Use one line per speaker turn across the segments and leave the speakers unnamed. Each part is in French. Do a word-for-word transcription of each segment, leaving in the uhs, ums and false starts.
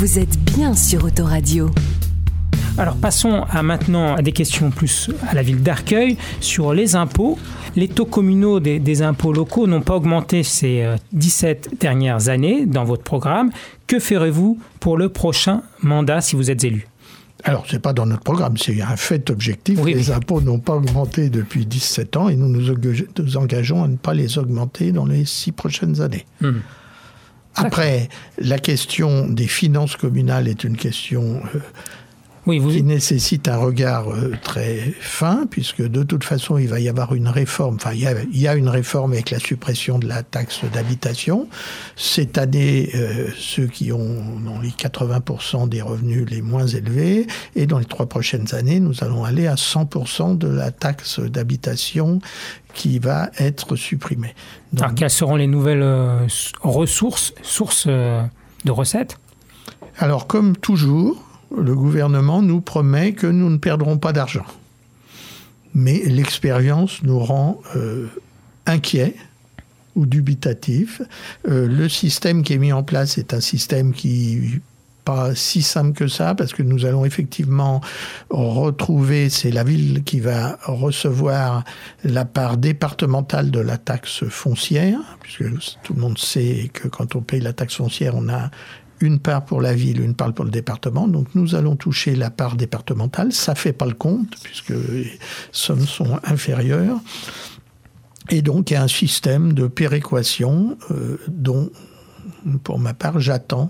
Vous êtes bien sur Autoradio.
Alors passons à maintenant à des questions plus à la ville d'Arcueil sur les impôts. Les taux communaux des, des impôts locaux n'ont pas augmenté ces euh, dix-sept dernières années dans votre programme. Que ferez-vous pour le prochain mandat si vous êtes élu ?
Alors, ce n'est pas dans notre programme, c'est un fait objectif.
Oui,
les
oui.
impôts n'ont pas augmenté depuis dix-sept ans et nous nous, nous engageons à ne pas les augmenter dans les six prochaines années. Mmh. Après, la question des finances communales est une question euh, oui, vous... qui nécessite un regard euh, très fin, puisque de toute façon, il va y avoir une réforme. Enfin, il y a, il y a une réforme avec la suppression de la taxe d'habitation. Cette année, euh, ceux qui ont dans les quatre-vingts pour cent des revenus les moins élevés, et dans les trois prochaines années, nous allons aller à cent pour cent de la taxe d'habitation qui va être supprimée. Donc,
alors, quelles seront les nouvelles euh, ressources, sources euh, de recettes ?
Alors, comme toujours, le gouvernement nous promet que nous ne perdrons pas d'argent. Mais l'expérience nous rend euh, inquiets ou dubitatifs. Euh, le système qui est mis en place est un système qui n'est pas si simple que ça, parce que nous allons effectivement retrouver, c'est la ville qui va recevoir la part départementale de la taxe foncière, puisque tout le monde sait que quand on paye la taxe foncière, on a une part pour la ville, une part pour le département. Donc nous allons toucher la part départementale. Ça ne fait pas le compte, puisque les sommes sont inférieures. Et donc il y a un système de péréquation euh, dont, pour ma part, j'attends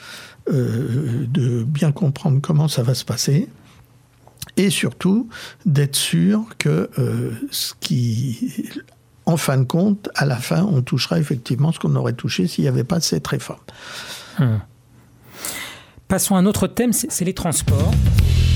euh, de bien comprendre comment ça va se passer. Et surtout, d'être sûr que euh, ce qui... en fin de compte, à la fin, on touchera effectivement ce qu'on aurait touché s'il n'y avait pas cette réforme.
Hum. Passons à un autre thème, c'est, c'est les transports.